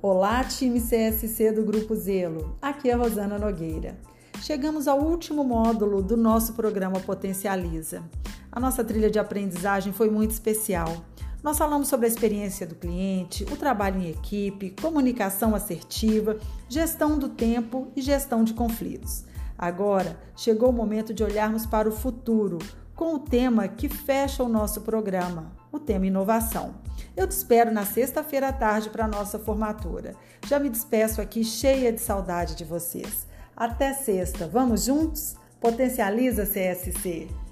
Olá, time CSC do Grupo Zelo. Aqui é Rosana Nogueira. Chegamos ao último módulo do nosso programa Potencializa. A nossa trilha de aprendizagem foi muito especial. Nós falamos sobre a experiência do cliente, o trabalho em equipe, comunicação assertiva, gestão do tempo e gestão de conflitos. Agora, chegou o momento de olharmos para o futuro, com o tema que fecha o nosso programa, o tema inovação. Eu te espero na sexta-feira à tarde para a nossa formatura. Já me despeço aqui cheia de saudade de vocês. Até sexta, vamos juntos? Potencializa CSC!